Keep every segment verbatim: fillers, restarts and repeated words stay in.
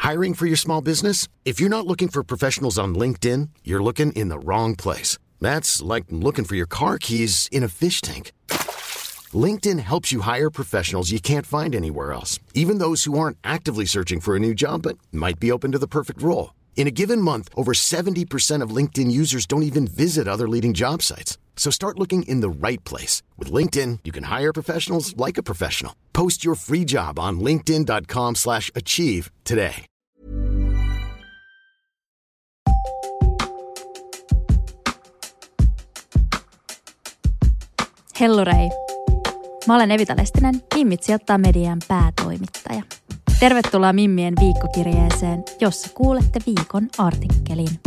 Hiring for your small business? If you're not looking for professionals on LinkedIn, you're looking in the wrong place. That's like looking for your car keys in a fish tank. LinkedIn helps you hire professionals you can't find anywhere else, even those who aren't actively searching for a new job but might be open to the perfect role. In a given month, over seventy percent of LinkedIn users don't even visit other leading job sites. So start looking in the right place. With LinkedIn, you can hire professionals like a professional. Post your free job on linkedin dot com slash achieve today. Hellurei! Mä olen Evita Lestinen, Mimmit sijoittaa median päätoimittaja. Tervetuloa Mimmien viikkokirjeeseen, jossa kuulette viikon artikkelin.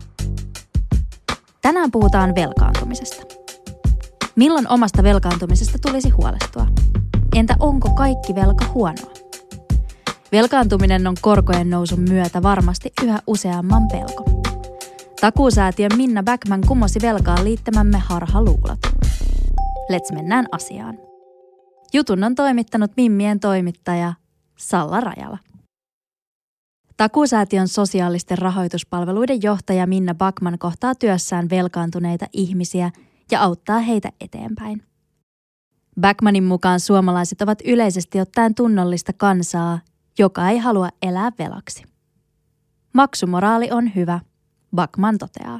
Tänään puhutaan velkaantumisesta. Milloin omasta velkaantumisesta tulisi huolestua? Entä onko kaikki velka huonoa? Velkaantuminen on korkojen nousun myötä varmasti yhä useamman pelko. Takuusäätiön Minna Backman kumosi velkaan liittämämme harhaluulot. Let's mennään asiaan. Jutun on toimittanut Mimmien toimittaja Salla Rajala. Takuusäätiön sosiaalisten rahoituspalveluiden johtaja Minna Backman kohtaa työssään velkaantuneita ihmisiä ja auttaa heitä eteenpäin. Backmanin mukaan suomalaiset ovat yleisesti ottaen tunnollista kansaa, joka ei halua elää velaksi. Maksumoraali on hyvä, Backman toteaa.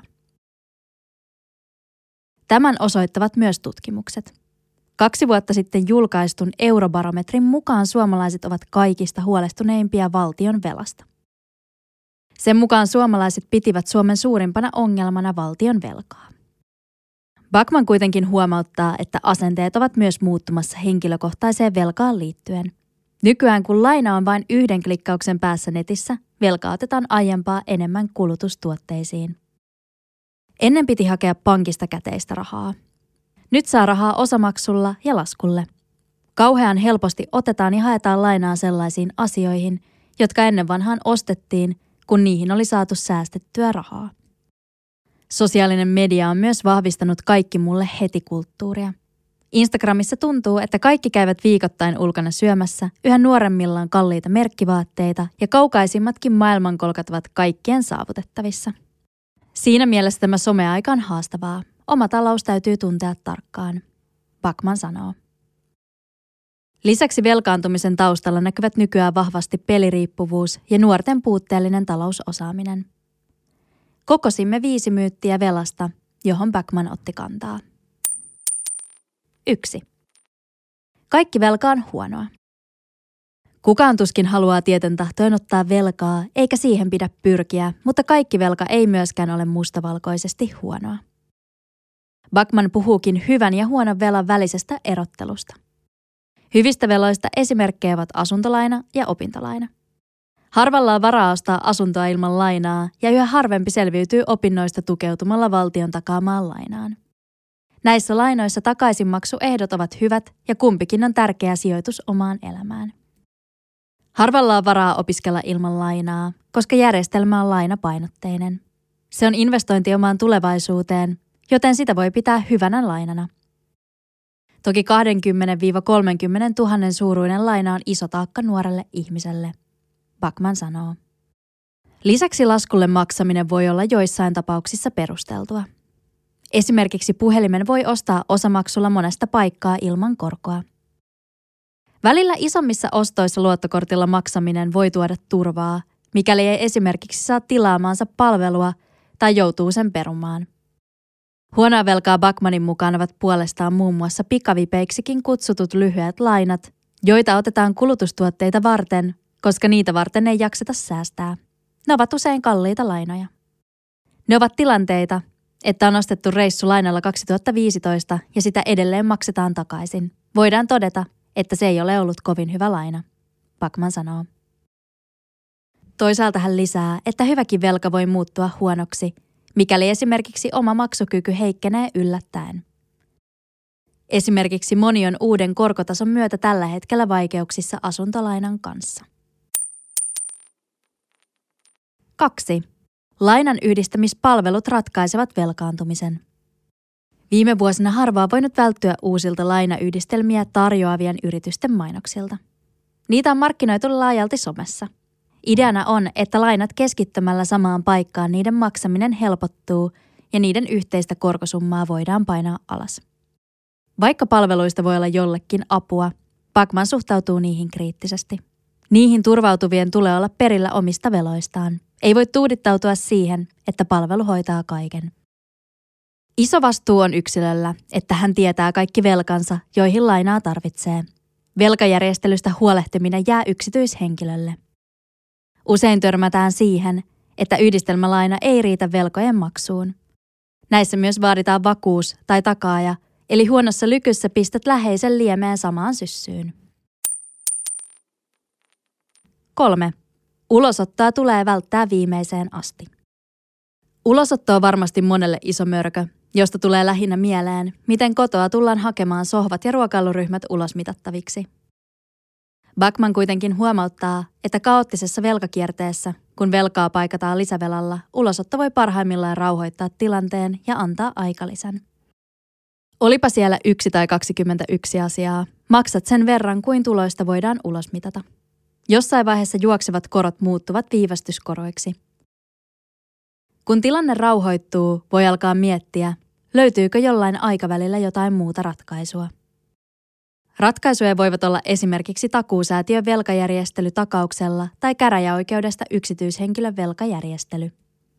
Tämän osoittavat myös tutkimukset. Kaksi vuotta sitten julkaistun Eurobarometrin mukaan suomalaiset ovat kaikista huolestuneimpia valtion velasta. Sen mukaan suomalaiset pitivät Suomen suurimpana ongelmana valtion velkaa. Backman kuitenkin huomauttaa, että asenteet ovat myös muuttumassa henkilökohtaiseen velkaan liittyen. Nykyään kun laina on vain yhden klikkauksen päässä netissä, velkaa otetaan aiempaa enemmän kulutustuotteisiin. Ennen piti hakea pankista käteistä rahaa. Nyt saa rahaa osamaksulla ja laskulle. Kauhean helposti otetaan ja haetaan lainaa sellaisiin asioihin, jotka ennen vanhaan ostettiin, kun niihin oli saatu säästettyä rahaa. Sosiaalinen media on myös vahvistanut kaikki mulle heti kulttuuria. Instagramissa tuntuu, että kaikki käyvät viikoittain ulkona syömässä, yhä nuoremmillaan kalliita merkkivaatteita ja kaukaisimmatkin maailmankolkat ovat kaikkien saavutettavissa. Siinä mielessä tämä someaika on haastavaa. Oma talous täytyy tuntea tarkkaan, Backman sanoo. Lisäksi velkaantumisen taustalla näkyvät nykyään vahvasti peliriippuvuus ja nuorten puutteellinen talousosaaminen. Kokosimme viisi myyttiä velasta, johon Backman otti kantaa. Yksi. Kaikki velka on huonoa. Kukaan tuskin haluaa tieten tahtoen ottaa velkaa, eikä siihen pidä pyrkiä, mutta kaikki velka ei myöskään ole mustavalkoisesti huonoa. Backman puhuukin hyvän ja huonon velan välisestä erottelusta. Hyvistä veloista esimerkkejä ovat asuntolaina ja opintolaina. Harvalla on varaa ostaa asuntoa ilman lainaa ja yhä harvempi selviytyy opinnoista tukeutumalla valtion takaamaan lainaan. Näissä lainoissa takaisinmaksuehdot ovat hyvät ja kumpikin on tärkeä sijoitus omaan elämään. Harvalla on varaa opiskella ilman lainaa, koska järjestelmä on lainapainotteinen. Se on investointi omaan tulevaisuuteen, joten sitä voi pitää hyvänä lainana. Toki kaksikymmentä kolmekymmentä tuhannen suuruinen laina on iso taakka nuorelle ihmiselle, Backman sanoo. Lisäksi laskulle maksaminen voi olla joissain tapauksissa perusteltua. Esimerkiksi puhelimen voi ostaa osamaksulla monesta paikkaa ilman korkoa. Välillä isommissa ostoissa luottokortilla maksaminen voi tuoda turvaa, mikäli ei esimerkiksi saa tilaamaansa palvelua tai joutuu sen perumaan. Huonoa velkaa Backmanin mukaan ovat puolestaan muun muassa pikavipeiksikin kutsutut lyhyet lainat, joita otetaan kulutustuotteita varten, koska niitä varten ei jakseta säästää. Ne ovat usein kalliita lainoja. Ne ovat tilanteita, että on ostettu reissu lainalla kaksituhattaviisitoista ja sitä edelleen maksetaan takaisin. Voidaan todeta, että se ei ole ollut kovin hyvä laina, Backman sanoo. Toisaalta hän lisää, että hyväkin velka voi muuttua huonoksi, mikäli esimerkiksi oma maksukyky heikkenee yllättäen. Esimerkiksi moni on uuden korkotason myötä tällä hetkellä vaikeuksissa asuntolainan kanssa. Kaksi. Lainan yhdistämispalvelut ratkaisevat velkaantumisen. Viime vuosina harva on voinut välttyä uusilta lainayhdistelmiä tarjoavien yritysten mainoksilta. Niitä on markkinoitu laajalti somessa. Ideana on, että lainat keskittämällä samaan paikkaan niiden maksaminen helpottuu ja niiden yhteistä korkosummaa voidaan painaa alas. Vaikka palveluista voi olla jollekin apua, Backman suhtautuu niihin kriittisesti. Niihin turvautuvien tulee olla perillä omista veloistaan. Ei voi tuudittautua siihen, että palvelu hoitaa kaiken. Iso vastuu on yksilöllä, että hän tietää kaikki velkansa, joihin lainaa tarvitsee. Velkajärjestelystä huolehtiminen jää yksityishenkilölle. Usein törmätään siihen, että yhdistelmälaina ei riitä velkojen maksuun. Näissä myös vaaditaan vakuus tai takaaja, eli huonossa lykyssä pistät läheisen liemeen samaan syssyyn. Kolme. Ulosottoa tulee välttää viimeiseen asti. Ulosotto on varmasti monelle iso mörkö, josta tulee lähinnä mieleen, miten kotoa tullaan hakemaan sohvat ja ruokailuryhmät ulosmitattaviksi. Backman kuitenkin huomauttaa, että kaoottisessa velkakierteessä, kun velkaa paikataan lisävelalla, ulosotto voi parhaimmillaan rauhoittaa tilanteen ja antaa aikalisän. Olipa siellä yksi tai kaksikymmentäyksi asiaa, maksat sen verran kuin tuloista voidaan ulosmitata. Jossain vaiheessa juoksevat korot muuttuvat viivästyskoroiksi. Kun tilanne rauhoittuu, voi alkaa miettiä, löytyykö jollain aikavälillä jotain muuta ratkaisua. Ratkaisuja voivat olla esimerkiksi takuusäätiön velkajärjestely takauksella tai käräjäoikeudesta yksityishenkilön velkajärjestely.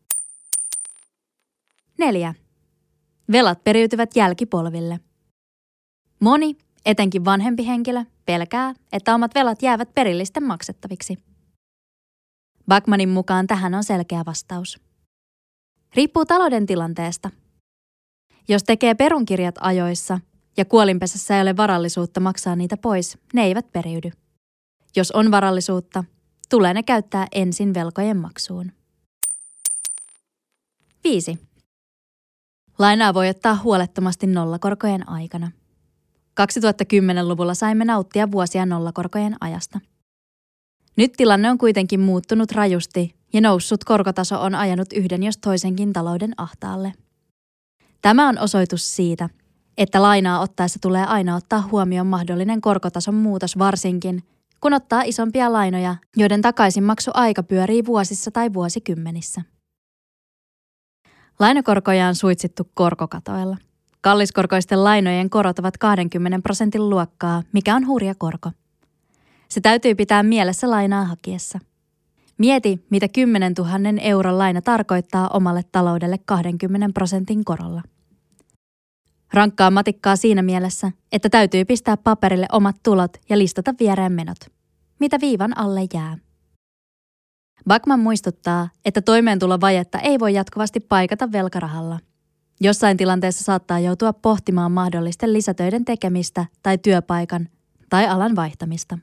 Neljä. Velat periytyvät jälkipolville. Moni, etenkin vanhempi henkilö, pelkää, että omat velat jäävät perillisten maksettaviksi. Backmanin mukaan tähän on selkeä vastaus. Riippuu talouden tilanteesta. Jos tekee perunkirjat ajoissa ja kuolinpesässä ei ole varallisuutta maksaa niitä pois, ne eivät periydy. Jos on varallisuutta, tulee ne käyttää ensin velkojen maksuun. Viisi. Lainaa voi ottaa huolettomasti nollakorkojen aikana. kaksituhattakymmenluvulla saimme nauttia vuosia nollakorkojen ajasta. Nyt tilanne on kuitenkin muuttunut rajusti ja noussut korkotaso on ajanut yhden jos toisenkin talouden ahtaalle. Tämä on osoitus siitä, että lainaa ottaessa tulee aina ottaa huomioon mahdollinen korkotason muutos varsinkin, kun ottaa isompia lainoja, joiden takaisinmaksuaika pyörii vuosissa tai vuosikymmenissä. Lainakorkoja on suitsittu korkokatoilla. Kalliskorkoisten lainojen korot ovat kaksikymmentä prosentin luokkaa, mikä on hurja korko. Se täytyy pitää mielessä lainaa hakiessa. Mieti, mitä kymmenentuhannen euron laina tarkoittaa omalle taloudelle kaksikymmentä prosentin korolla. Rankkaa matikkaa siinä mielessä, että täytyy pistää paperille omat tulot ja listata viereen menot. Mitä viivan alle jää? Backman muistuttaa, että toimeentulovajetta ei voi jatkuvasti paikata velkarahalla. Jossain tilanteessa saattaa joutua pohtimaan mahdollisten lisätöiden tekemistä tai työpaikan tai alan vaihtamista.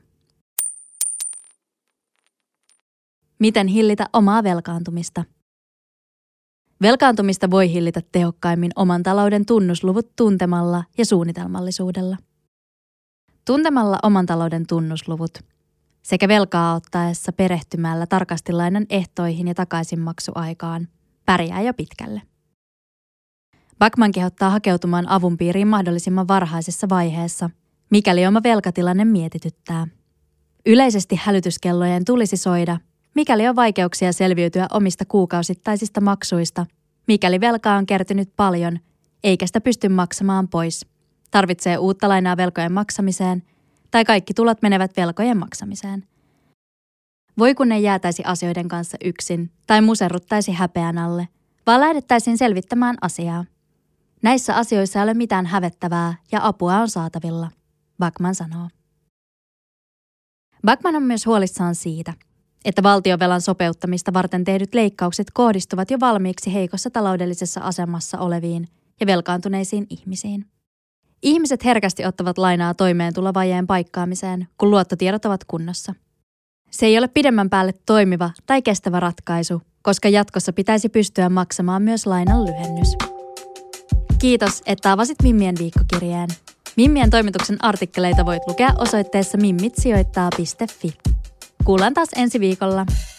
Miten hillitä omaa velkaantumista? Velkaantumista voi hillitä tehokkaimmin oman talouden tunnusluvut tuntemalla ja suunnitelmallisuudella. Tuntemalla oman talouden tunnusluvut sekä velkaa ottaessa perehtymällä tarkasti lainan ehtoihin ja takaisinmaksuaikaan pärjää jo pitkälle. Backman kehottaa hakeutumaan avun piiriin mahdollisimman varhaisessa vaiheessa, mikäli oma velkatilanne mietityttää. Yleisesti hälytyskellojen tulisi soida, mikäli on vaikeuksia selviytyä omista kuukausittaisista maksuista, mikäli velkaa on kertynyt paljon, eikä sitä pysty maksamaan pois, tarvitsee uutta lainaa velkojen maksamiseen tai kaikki tulot menevät velkojen maksamiseen. Voi kun ei jäätäisi asioiden kanssa yksin tai muserruttaisi häpeän alle, vaan lähdettäisiin selvittämään asiaa. Näissä asioissa ei ole mitään hävettävää ja apua on saatavilla, Backman sanoo. Backman on myös huolissaan siitä, että valtionvelan sopeuttamista varten tehdyt leikkaukset kohdistuvat jo valmiiksi heikossa taloudellisessa asemassa oleviin ja velkaantuneisiin ihmisiin. Ihmiset herkästi ottavat lainaa toimeentulovajeen paikkaamiseen, kun luottotiedot ovat kunnossa. Se ei ole pidemmän päälle toimiva tai kestävä ratkaisu, koska jatkossa pitäisi pystyä maksamaan myös lainan lyhennys. Kiitos, että avasit Mimmien viikkokirjeen. Mimmien toimituksen artikkeleita voit lukea osoitteessa mimmitsijoittaa piste fi. Kuullaan taas ensi viikolla.